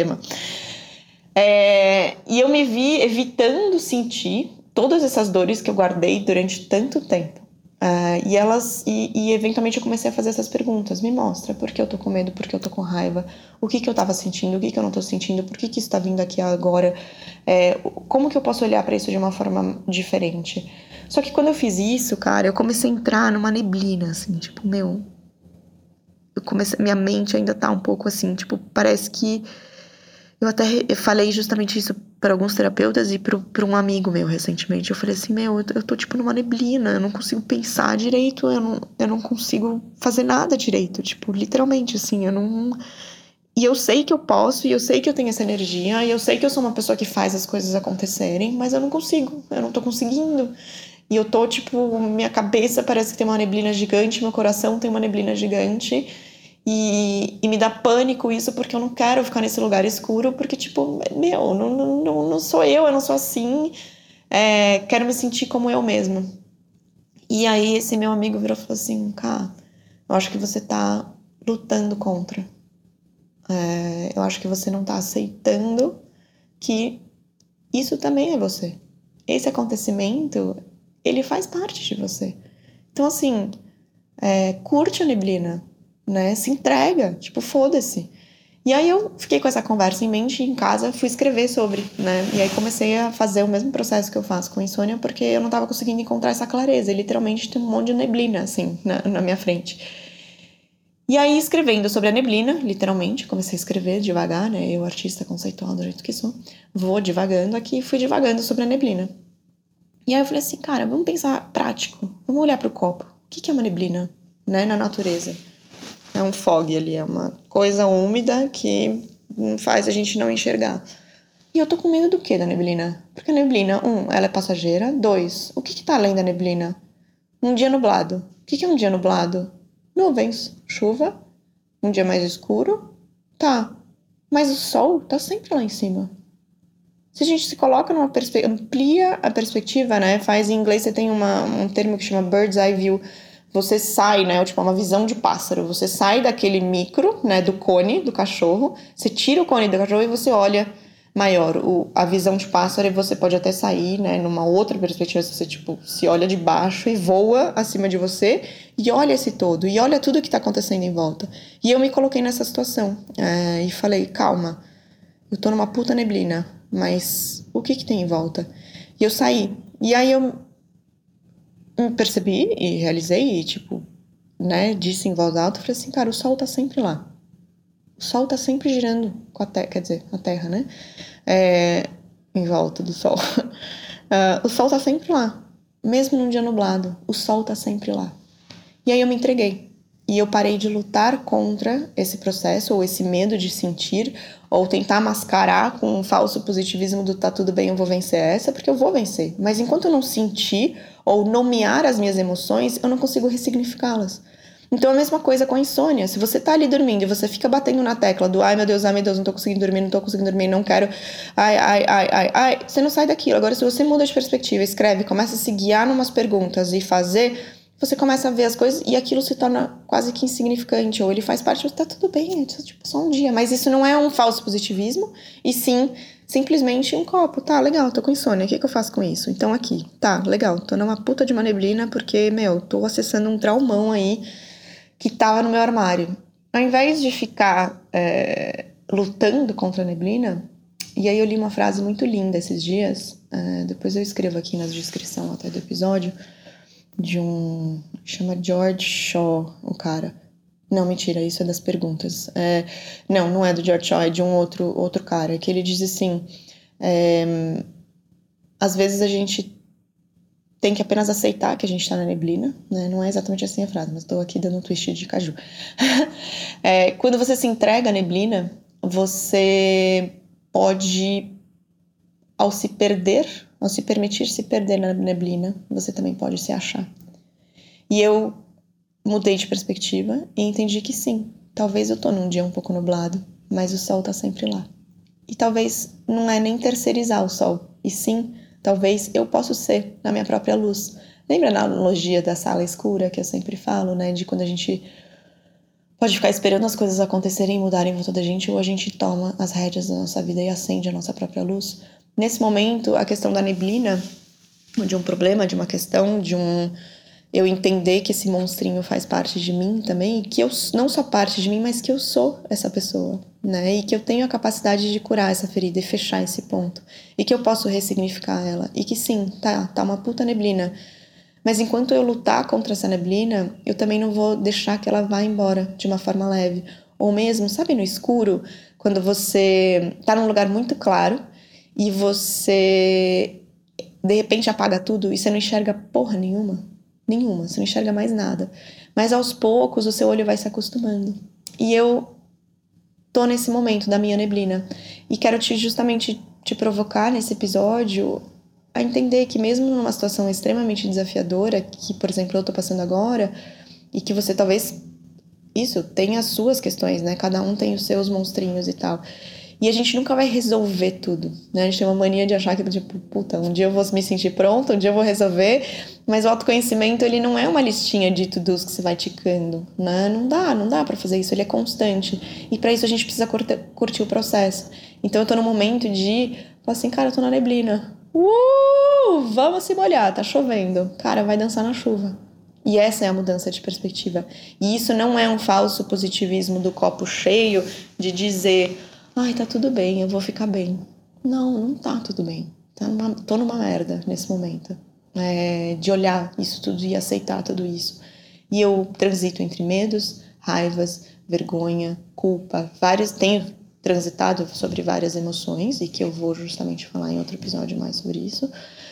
E eu me vi evitando sentir todas essas dores que eu guardei durante tanto tempo. E eventualmente eu comecei a fazer essas perguntas. Me mostra por que eu tô com medo, por que eu tô com raiva, o que eu tava sentindo, o que eu não tô sentindo, por que isso tá vindo aqui agora, como que eu posso olhar pra isso de uma forma diferente. Só que quando eu fiz isso, cara, eu comecei a entrar numa neblina, assim, tipo, minha mente ainda tá um pouco assim, tipo, parece que eu até falei justamente isso para alguns terapeutas e para um amigo meu recentemente. Eu falei assim, eu tô tipo numa neblina, eu não consigo pensar direito, eu não consigo fazer nada direito, tipo, literalmente, assim, E eu sei que eu posso, e eu sei que eu tenho essa energia, e eu sei que eu sou uma pessoa que faz as coisas acontecerem, mas eu não consigo, eu não tô conseguindo. E eu tô, tipo, minha cabeça parece que tem uma neblina gigante, meu coração tem uma neblina gigante. E me dá pânico isso, porque eu não quero ficar nesse lugar escuro, porque, tipo, não sou eu não sou assim, quero me sentir como eu mesma. E aí esse meu amigo virou e falou assim, cara, eu acho que você tá lutando contra. Eu acho que você não tá aceitando que isso também é você. Esse acontecimento, ele faz parte de você. Então, assim, curte a neblina, né? Se entrega, tipo, foda-se. E aí eu fiquei com essa conversa em mente em casa, fui escrever sobre, né? E aí comecei a fazer o mesmo processo que eu faço com insônia, porque eu não tava conseguindo encontrar essa clareza. E literalmente tem um monte de neblina, assim, na minha frente. E aí, escrevendo sobre a neblina, literalmente, comecei a escrever devagar, né? Eu, artista conceitual do jeito que sou, vou divagando aqui, fui divagando sobre a neblina. E aí eu falei assim, cara, vamos pensar prático, vamos olhar pro copo. O que é uma neblina, né, na natureza? É um fog ali, é uma coisa úmida que faz a gente não enxergar. E eu tô com medo do que da neblina? Porque a neblina, ela é passageira. 2, o que tá além da neblina? Um dia nublado. O que é um dia nublado? Nuvens, chuva, um dia mais escuro. Tá, mas o sol tá sempre lá em cima. Se a gente se coloca numa perspectiva, amplia a perspectiva, né? Faz em inglês, você tem um termo que chama bird's eye view. Você sai, né? Tipo, uma visão de pássaro. Você sai daquele micro, né? Do cone do cachorro. Você tira o cone do cachorro e você olha maior. A visão de pássaro, e você pode até sair, né? Numa outra perspectiva, se você, tipo, se olha de baixo e voa acima de você e olha esse todo. E olha tudo que tá acontecendo em volta. E eu me coloquei nessa situação. E falei, calma. Eu tô numa puta neblina. Mas o que tem em volta? E eu saí. E aí eu percebi e realizei e, tipo, né, disse em voz alta, falei assim, cara, o sol tá sempre lá. O sol tá sempre girando com a Terra, quer dizer, a Terra, né? Em volta do sol. O sol tá sempre lá. Mesmo num dia nublado, o sol tá sempre lá. E aí eu me entreguei. E eu parei de lutar contra esse processo, ou esse medo de sentir, ou tentar mascarar com um falso positivismo do tá tudo bem, eu vou vencer essa, porque eu vou vencer. Mas enquanto eu não sentir ou nomear as minhas emoções, eu não consigo ressignificá-las. Então a mesma coisa com a insônia. Se você tá ali dormindo e você fica batendo na tecla do ai meu Deus, não tô conseguindo dormir, não quero, ai, você não sai daquilo. Agora, se você muda de perspectiva, escreve, começa a se guiar numas perguntas e fazer, você começa a ver as coisas e aquilo se torna quase que insignificante, ou ele faz parte, tá tudo bem, é tipo só um dia. Mas isso não é um falso positivismo, e sim simplesmente um copo. Tá, legal, tô com insônia, o que eu faço com isso? Então aqui, tá, legal, tô numa puta de uma neblina porque, tô acessando um traumão aí que tava no meu armário. Ao invés de ficar lutando contra a neblina, e aí eu li uma frase muito linda esses dias, depois eu escrevo aqui na descrição até do episódio, de chama George Shaw, o cara. Não, mentira, isso é das perguntas. Não é do George Shaw, é de um outro cara, que ele diz assim, às vezes a gente tem que apenas aceitar que a gente tá na neblina, né? Não é exatamente assim a frase, mas tô aqui dando um twist de caju. Quando você se entrega à neblina, você pode, ao se permitir se perder na neblina, você também pode se achar. E eu mudei de perspectiva e entendi que sim, talvez eu tô num dia um pouco nublado, mas o sol tá sempre lá. E talvez não é nem terceirizar o sol, e sim, talvez eu possa ser na minha própria luz. Lembra na analogia da sala escura que eu sempre falo, né? De quando a gente pode ficar esperando as coisas acontecerem e mudarem em volta da gente, ou a gente toma as rédeas da nossa vida e acende a nossa própria luz. Nesse momento, a questão da neblina, de um problema, de uma questão, eu entender que esse monstrinho faz parte de mim também, que eu não só parte de mim, mas que eu sou essa pessoa, né? E que eu tenho a capacidade de curar essa ferida e fechar esse ponto. E que eu posso ressignificar ela. E que sim, tá uma puta neblina. Mas enquanto eu lutar contra essa neblina, eu também não vou deixar que ela vá embora de uma forma leve. Ou mesmo, sabe, no escuro, quando você tá num lugar muito claro e você de repente apaga tudo e você não enxerga porra nenhuma, você não enxerga mais nada. Mas aos poucos o seu olho vai se acostumando. E eu tô nesse momento da minha neblina. E quero justamente te provocar nesse episódio a entender que mesmo numa situação extremamente desafiadora, que, por exemplo, eu tô passando agora, e que você talvez, tenha as suas questões, né? Cada um tem os seus monstrinhos e tal. E a gente nunca vai resolver tudo, né? A gente tem uma mania de achar que, tipo, puta, um dia eu vou me sentir pronta, um dia eu vou resolver. Mas o autoconhecimento, ele não é uma listinha de to-dos que você vai ticando, né? Não dá pra fazer isso, ele é constante. E pra isso a gente precisa curtir o processo. Então eu tô no momento de falar assim, cara, eu tô na neblina. Vamos se molhar, tá chovendo. Cara, vai dançar na chuva. E essa é a mudança de perspectiva. E isso não é um falso positivismo do copo cheio de dizer, ai, tá tudo bem, eu vou ficar bem. Não tá tudo bem. Tô numa merda nesse momento. De olhar isso tudo e aceitar tudo isso. E eu transito entre medos, raivas, vergonha, culpa, tenho transitado sobre várias emoções e que eu vou justamente falar em outro episódio mais sobre isso.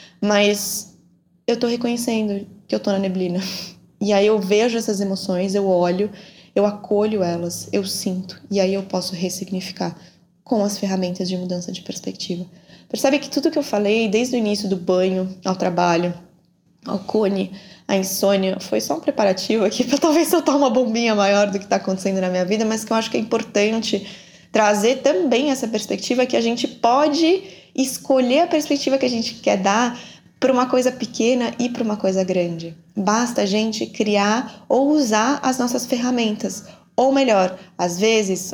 Mas eu tô reconhecendo que eu tô na neblina. E aí eu vejo essas emoções, eu olho, eu acolho elas, eu sinto. E aí eu posso ressignificar com as ferramentas de mudança de perspectiva. Percebe que tudo que eu falei, desde o início do banho ao trabalho, ao cone, a insônia, foi só um preparativo aqui para talvez soltar uma bombinha maior do que está acontecendo na minha vida, mas que eu acho que é importante trazer também essa perspectiva que a gente pode escolher a perspectiva que a gente quer dar para uma coisa pequena e para uma coisa grande. Basta a gente criar ou usar as nossas ferramentas. Ou melhor, às vezes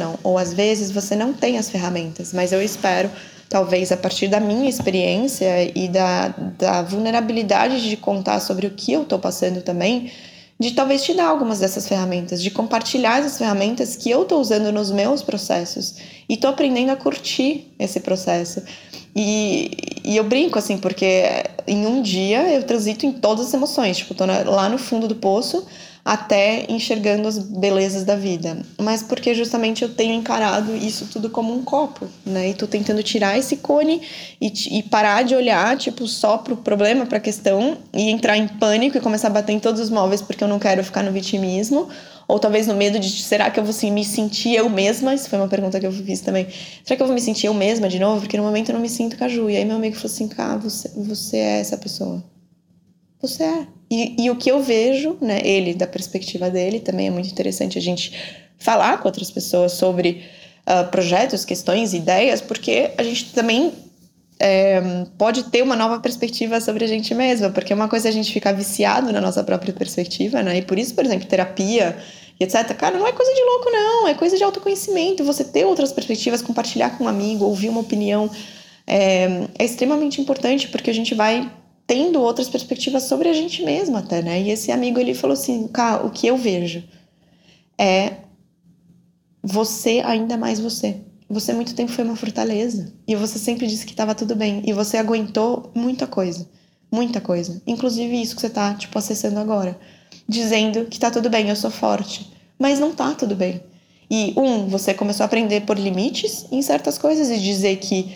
você não tem as ferramentas, mas eu espero, talvez a partir da minha experiência e da vulnerabilidade de contar sobre o que eu estou passando também, de talvez te dar algumas dessas ferramentas, de compartilhar essas ferramentas que eu estou usando nos meus processos e estou aprendendo a curtir esse processo. E eu brinco, assim, porque em um dia eu transito em todas as emoções, tipo, tô lá no fundo do poço até enxergando as belezas da vida. Mas porque justamente eu tenho encarado isso tudo como um copo, né? E tô tentando tirar esse cone e parar de olhar, tipo, só pro problema, pra questão, e entrar em pânico e começar a bater em todos os móveis porque eu não quero ficar no vitimismo. Ou talvez no medo de, será que eu vou assim, me sentir eu mesma? Isso foi uma pergunta que eu fiz também. Será que eu vou me sentir eu mesma de novo? Porque no momento eu não me sinto Caju. E aí meu amigo falou assim, cara, você é essa pessoa. Você é. E o que eu vejo, né, ele, da perspectiva dele, também é muito interessante a gente falar com outras pessoas sobre projetos, questões, ideias, porque a gente também pode ter uma nova perspectiva sobre a gente mesma, porque uma coisa é a gente ficar viciado na nossa própria perspectiva, né, e por isso, por exemplo, terapia e etc, cara, não é coisa de louco não, é coisa de autoconhecimento, você ter outras perspectivas, compartilhar com um amigo, ouvir uma opinião, é extremamente importante, porque a gente vai tendo outras perspectivas sobre a gente mesma até, né? E esse amigo, ele falou assim, cara, o que eu vejo é você ainda mais você. Você muito tempo foi uma fortaleza. E você sempre disse que estava tudo bem. E você aguentou muita coisa. Muita coisa. Inclusive isso que você tá, tipo, acessando agora. Dizendo que tá tudo bem, eu sou forte. Mas não tá tudo bem. E, você começou a aprender por limites em certas coisas e dizer que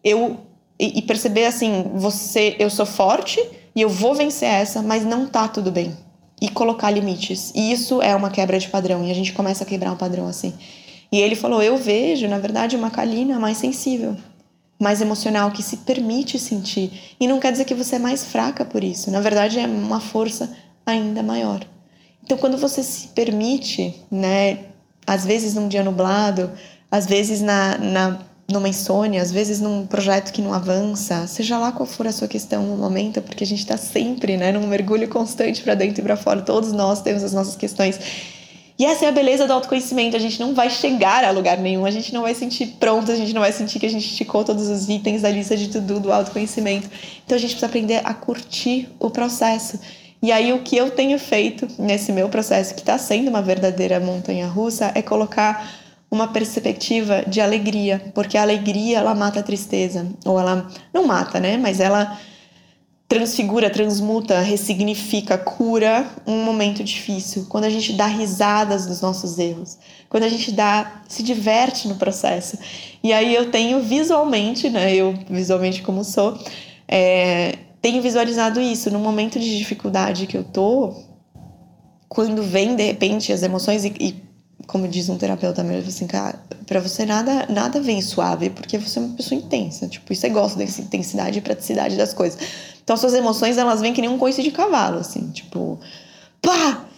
e perceber assim, eu sou forte e eu vou vencer essa, mas não tá tudo bem. E colocar limites. E isso é uma quebra de padrão. E a gente começa a quebrar um padrão assim. E ele falou, eu vejo, na verdade, uma Kalina mais sensível, mais emocional, que se permite sentir. E não quer dizer que você é mais fraca por isso. Na verdade, é uma força ainda maior. Então, quando você se permite, né, às vezes num dia nublado, às vezes numa insônia, às vezes num projeto que não avança, seja lá qual for a sua questão no momento, porque a gente tá sempre, né, num mergulho constante para dentro e para fora, todos nós temos as nossas questões. E essa é a beleza do autoconhecimento, a gente não vai chegar a lugar nenhum, a gente não vai sentir pronto, a gente não vai sentir que a gente esticou todos os itens da lista de tudo do autoconhecimento. Então a gente precisa aprender a curtir o processo. E aí o que eu tenho feito nesse meu processo, que está sendo uma verdadeira montanha-russa, é colocar uma perspectiva de alegria, porque a alegria, ela mata a tristeza, ou ela não mata, né, mas ela transfigura, transmuta, ressignifica, cura um momento difícil, quando a gente dá risadas dos nossos erros, quando a gente se diverte no processo. E aí eu tenho visualmente, né, eu visualmente como sou, tenho visualizado isso, no momento de dificuldade que eu tô, quando vem de repente as emoções e como diz um terapeuta meu, assim, cara, pra você nada vem suave, porque você é uma pessoa intensa, tipo, e você gosta dessa intensidade e praticidade das coisas. Então, suas emoções, elas vêm que nem um coice de cavalo, assim, tipo, pá!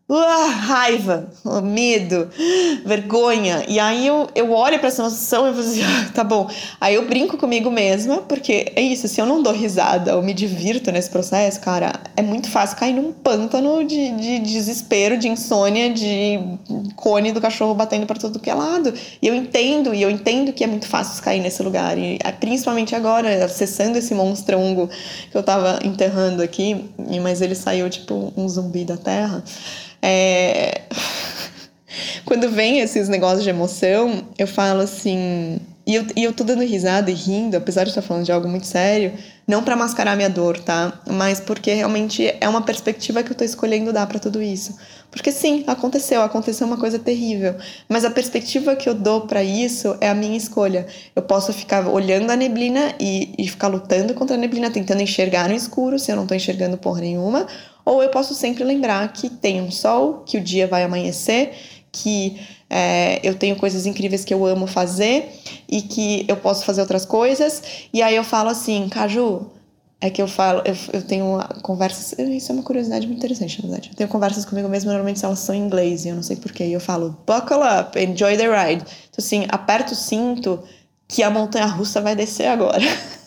raiva, medo, vergonha. E aí eu olho pra essa emoção e falo assim, tá bom. Aí eu brinco comigo mesma, porque é isso, se eu não dou risada ou me divirto nesse processo, cara, é muito fácil cair num pântano de desespero, de insônia, de cone do cachorro batendo pra todo que é lado. E eu entendo que é muito fácil cair nesse lugar. E principalmente agora, acessando esse monstrongo que eu tava enterrando aqui, mas ele saiu tipo um zumbi da terra. Quando vem esses negócios de emoção, eu falo assim. E eu tô dando risada e rindo, apesar de estar falando de algo muito sério, não pra mascarar minha dor, tá? Mas porque realmente é uma perspectiva que eu tô escolhendo dar pra tudo isso. Porque sim, aconteceu uma coisa terrível. Mas a perspectiva que eu dou pra isso é a minha escolha. Eu posso ficar olhando a neblina e ficar lutando contra a neblina, tentando enxergar no escuro, se eu não tô enxergando porra nenhuma. Ou eu posso sempre lembrar que tem um sol, que o dia vai amanhecer, que eu tenho coisas incríveis que eu amo fazer e que eu posso fazer outras coisas. E aí eu falo assim, Caju, é que eu falo, eu tenho conversas, isso é uma curiosidade muito interessante, na verdade. Eu tenho conversas comigo mesma, normalmente elas são em inglês, e eu não sei porquê. E eu falo, buckle up, enjoy the ride. Então assim, aperta o cinto que a montanha-russa vai descer agora.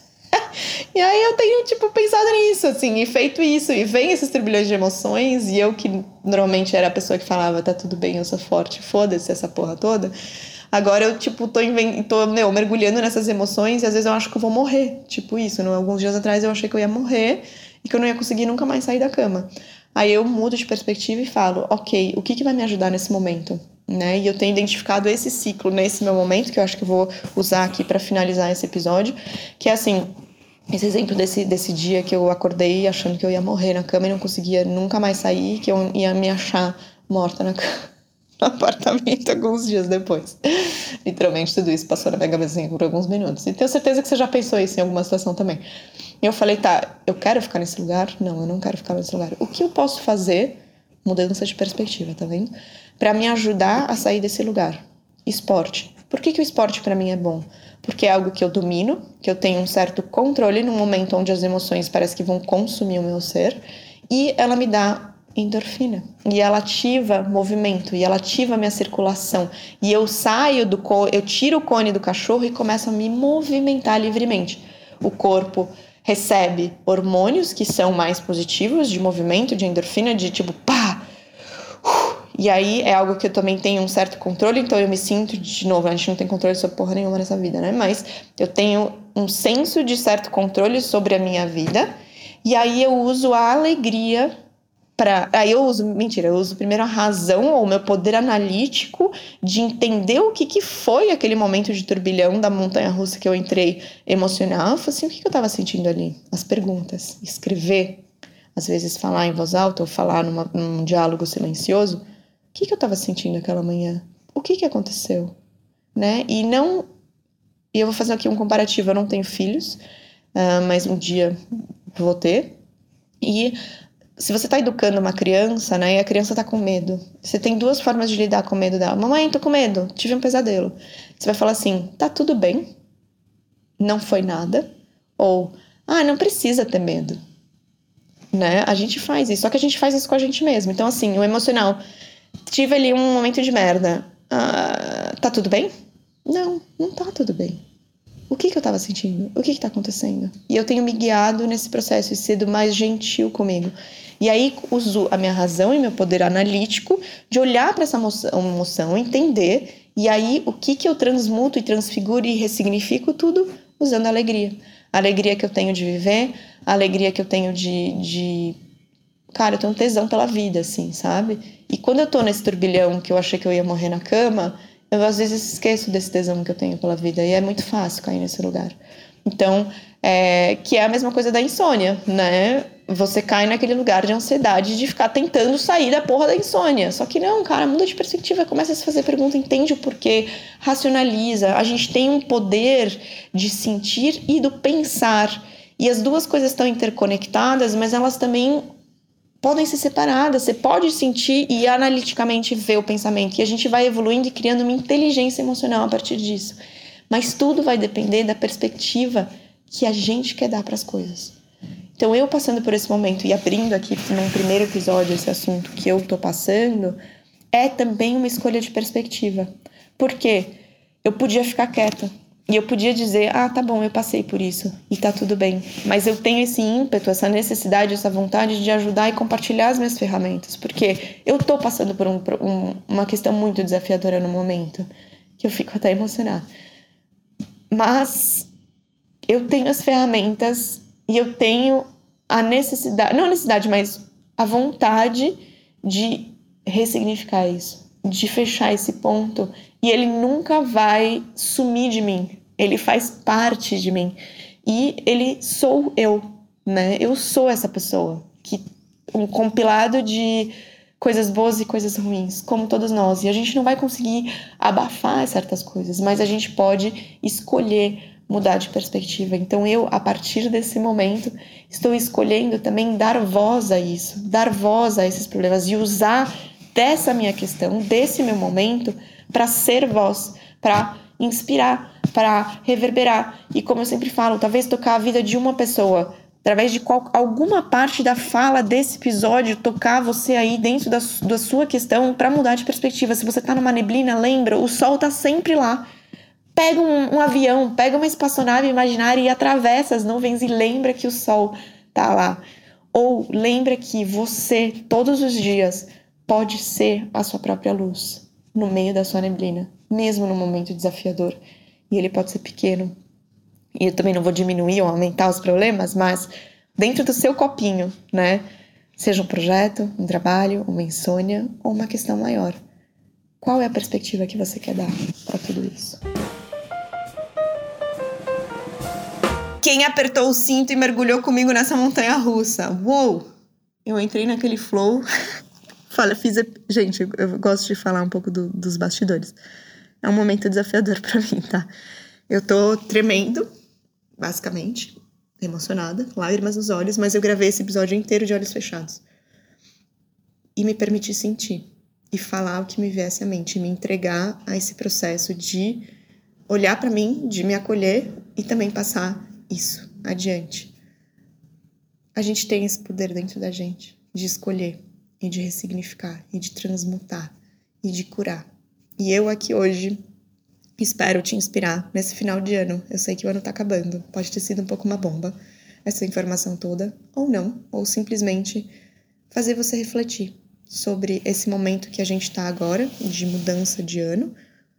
E aí eu tenho, tipo, pensado nisso, assim, e feito isso. E vem esses turbilhões de emoções, e eu que normalmente era a pessoa que falava, tá tudo bem, eu sou forte, foda-se essa porra toda. Agora eu, tipo, tô mergulhando nessas emoções, e às vezes eu acho que eu vou morrer. Tipo isso, alguns dias atrás eu achei que eu ia morrer, e que eu não ia conseguir nunca mais sair da cama. Aí eu mudo de perspectiva e falo, ok, o que vai me ajudar nesse momento? Né? E eu tenho identificado esse ciclo nesse meu momento, que eu acho que eu vou usar aqui pra finalizar esse episódio, que é assim... Esse exemplo desse dia que eu acordei achando que eu ia morrer na cama e não conseguia nunca mais sair, que eu ia me achar morta no apartamento alguns dias depois. Literalmente tudo isso passou na minha cabeça por alguns minutos. E tenho certeza que você já pensou isso em alguma situação também. E eu falei, tá, eu quero ficar nesse lugar? Não, eu não quero ficar nesse lugar. O que eu posso fazer, mudança de perspectiva, tá vendo? Pra me ajudar a sair desse lugar. Esporte. Por que o esporte pra mim é bom? Porque é algo que eu domino, que eu tenho um certo controle num momento onde as emoções parece que vão consumir o meu ser, e ela me dá endorfina, e ela ativa movimento, e ela ativa a minha circulação, e eu eu tiro o cone do cachorro e começo a me movimentar livremente. O corpo recebe hormônios que são mais positivos, de movimento, de endorfina, de tipo, pá! E aí é algo que eu também tenho um certo controle, então eu me sinto, de novo, a gente não tem controle sobre porra nenhuma nessa vida, né? Mas eu tenho um senso de certo controle sobre a minha vida, e aí eu uso a alegria eu uso primeiro a razão ou o meu poder analítico de entender o que foi aquele momento de turbilhão da montanha-russa que eu entrei emocional. Eu falei assim, o que eu tava sentindo ali? As perguntas, escrever, às vezes falar em voz alta ou falar num diálogo silencioso. O que eu tava sentindo aquela manhã? O que aconteceu? Né? E eu vou fazer aqui um comparativo, eu não tenho filhos, mas um dia vou ter. E se você tá educando uma criança, né, e a criança tá com medo, você tem duas formas de lidar com o medo dela. Mamãe, tô com medo, tive um pesadelo. Você vai falar assim, tá tudo bem, não foi nada. Ou, não precisa ter medo. Né? A gente faz isso, só que a gente faz isso com a gente mesmo. Então, assim, o emocional, tive ali um momento de merda. Tá tudo bem? Não tá tudo bem. O que eu tava sentindo? O que tá acontecendo? E eu tenho me guiado nesse processo e sido mais gentil comigo. E aí uso a minha razão e meu poder analítico de olhar para essa emoção, entender, e aí o que eu transmuto e transfiguro e ressignifico tudo usando a alegria. A alegria que eu tenho de viver, a alegria que eu tenho Cara, eu tenho um tesão pela vida, assim, sabe? E quando eu tô nesse turbilhão que eu achei que eu ia morrer na cama, eu às vezes esqueço desse tesão que eu tenho pela vida. E é muito fácil cair nesse lugar. Então, que é a mesma coisa da insônia, né? Você cai naquele lugar de ansiedade de ficar tentando sair da porra da insônia. Só que não, cara, muda de perspectiva, começa a se fazer pergunta, entende o porquê, racionaliza. A gente tem um poder de sentir e do pensar. E as duas coisas estão interconectadas, mas elas também podem ser separadas. Você pode sentir e analiticamente ver o pensamento. E a gente vai evoluindo e criando uma inteligência emocional a partir disso. Mas tudo vai depender da perspectiva que a gente quer dar para as coisas. Então, eu passando por esse momento e abrindo aqui num primeiro episódio esse assunto que eu tô passando, é também uma escolha de perspectiva. Por quê? Eu podia ficar quieta. E eu podia dizer, tá bom, eu passei por isso. E tá tudo bem. Mas eu tenho esse ímpeto, essa necessidade, essa vontade de ajudar e compartilhar as minhas ferramentas. Porque eu tô passando por uma questão muito desafiadora no momento. Que eu fico até emocionada. Mas eu tenho as ferramentas e eu tenho a necessidade... Não a necessidade, mas a vontade de ressignificar isso. De fechar esse ponto. E ele nunca vai sumir de mim. Ele faz parte de mim. E ele sou eu, né? Eu sou essa pessoa. Um compilado de coisas boas e coisas ruins, como todos nós. E a gente não vai conseguir abafar certas coisas, mas a gente pode escolher mudar de perspectiva. Então eu, a partir desse momento, estou escolhendo também dar voz a isso. Dar voz a esses problemas e usar dessa minha questão, desse meu momento, para ser voz, para inspirar, para reverberar. E como eu sempre falo, talvez tocar a vida de uma pessoa, através de alguma parte da fala desse episódio, tocar você aí dentro da sua questão para mudar de perspectiva. Se você tá numa neblina, lembra, o sol tá sempre lá. Pega um avião, pega uma espaçonave imaginária e atravessa as nuvens e lembra que o sol tá lá. Ou lembra que você, todos os dias, pode ser a sua própria luz no meio da sua neblina, mesmo no momento desafiador. E ele pode ser pequeno. E eu também não vou diminuir ou aumentar os problemas, mas dentro do seu copinho, né? Seja um projeto, um trabalho, uma insônia ou uma questão maior. Qual é a perspectiva que você quer dar para tudo isso? Quem apertou o cinto e mergulhou comigo nessa montanha russa? Uou! Eu entrei naquele flow. Gente, eu gosto de falar um pouco dos bastidores. É um momento desafiador pra mim, tá? Eu tô tremendo, basicamente, emocionada, lágrimas nos olhos, mas eu gravei esse episódio inteiro de olhos fechados. E me permiti sentir e falar o que me viesse à mente, me entregar a esse processo de olhar pra mim, de me acolher e também passar isso adiante. A gente tem esse poder dentro da gente de escolher e de ressignificar, e de transmutar, e de curar. E eu aqui hoje espero te inspirar nesse final de ano. Eu sei que o ano tá acabando, pode ter sido um pouco uma bomba, essa informação toda, ou não, ou simplesmente fazer você refletir sobre esse momento que a gente tá agora, de mudança de ano.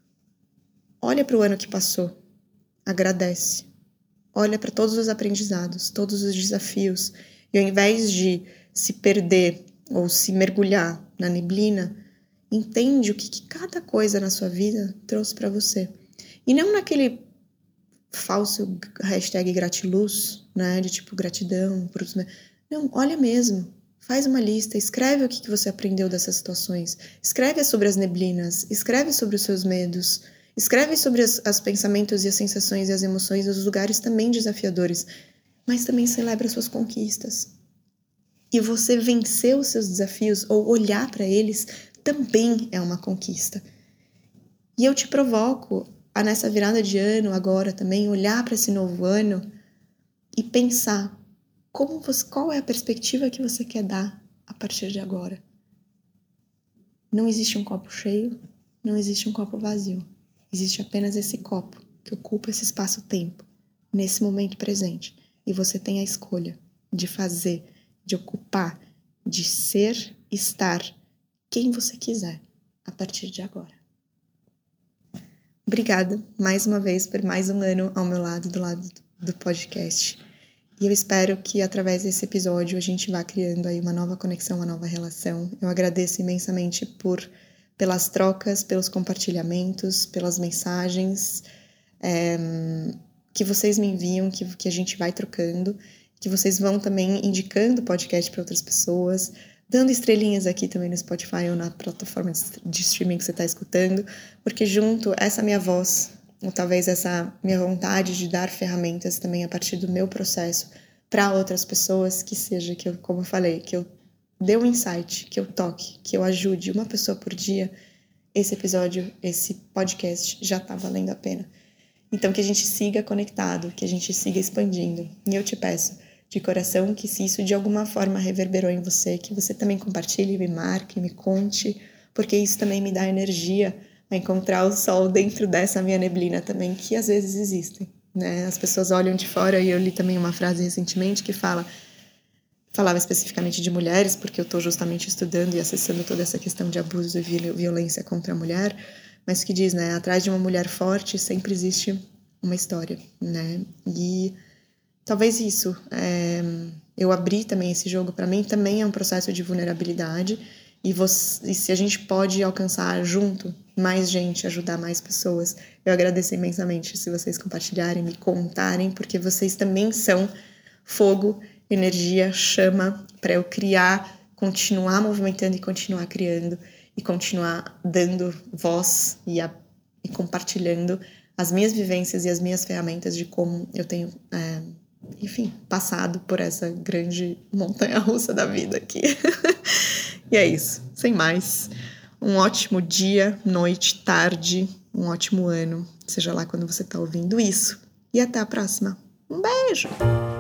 Olha para o ano que passou, agradece. Olha para todos os aprendizados, todos os desafios, e ao invés de se perder ou se mergulhar na neblina, entende o que cada coisa na sua vida trouxe para você. E não naquele falso hashtag gratiluz, né, de tipo gratidão. Não, olha mesmo, faz uma lista, escreve o que você aprendeu dessas situações, escreve sobre as neblinas, escreve sobre os seus medos, escreve sobre os pensamentos e as sensações e as emoções dos lugares também desafiadores, mas também celebra suas conquistas. E você vencer os seus desafios ou olhar para eles também é uma conquista. E eu te provoco a nessa virada de ano agora também olhar para esse novo ano e pensar qual é a perspectiva que você quer dar a partir de agora. Não existe um copo cheio, não existe um copo vazio. Existe apenas esse copo que ocupa esse espaço-tempo, nesse momento presente. E você tem a escolha de fazer, de ocupar, de ser, estar quem você quiser a partir de agora. Obrigada mais uma vez por mais um ano ao meu lado, do lado do podcast. E eu espero que através desse episódio a gente vá criando aí uma nova conexão, uma nova relação. Eu agradeço imensamente pelas trocas, pelos compartilhamentos, pelas mensagens que vocês me enviam, que a gente vai trocando, que vocês vão também indicando o podcast para outras pessoas, dando estrelinhas aqui também no Spotify ou na plataforma de streaming que você está escutando, porque junto essa minha voz, ou talvez essa minha vontade de dar ferramentas também a partir do meu processo para outras pessoas, que seja, que eu, como eu falei, que eu dê um insight, que eu toque, que eu ajude uma pessoa por dia, esse episódio, esse podcast já tá valendo a pena. Então que a gente siga conectado, que a gente siga expandindo. E eu te peço, de coração que se isso de alguma forma reverberou em você, que você também compartilhe, me marque, me conte, porque isso também me dá energia a encontrar o sol dentro dessa minha neblina também, que às vezes existem, né? As pessoas olham de fora, e eu li também uma frase recentemente que falava especificamente de mulheres, porque eu estou justamente estudando e acessando toda essa questão de abuso e violência contra a mulher, mas que diz, né, atrás de uma mulher forte sempre existe uma história, né? E talvez isso, eu abri também esse jogo, para mim também é um processo de vulnerabilidade, e se a gente pode alcançar junto mais gente, ajudar mais pessoas, eu agradeço imensamente se vocês compartilharem, me contarem, porque vocês também são fogo, energia, chama para eu criar, continuar movimentando e continuar criando e continuar dando voz e compartilhando as minhas vivências e as minhas ferramentas de como eu tenho, enfim, passado por essa grande montanha-russa da vida aqui. E é isso, sem mais. Um ótimo dia, noite, tarde, um ótimo ano, seja lá quando você está ouvindo isso. E até a próxima. Um beijo!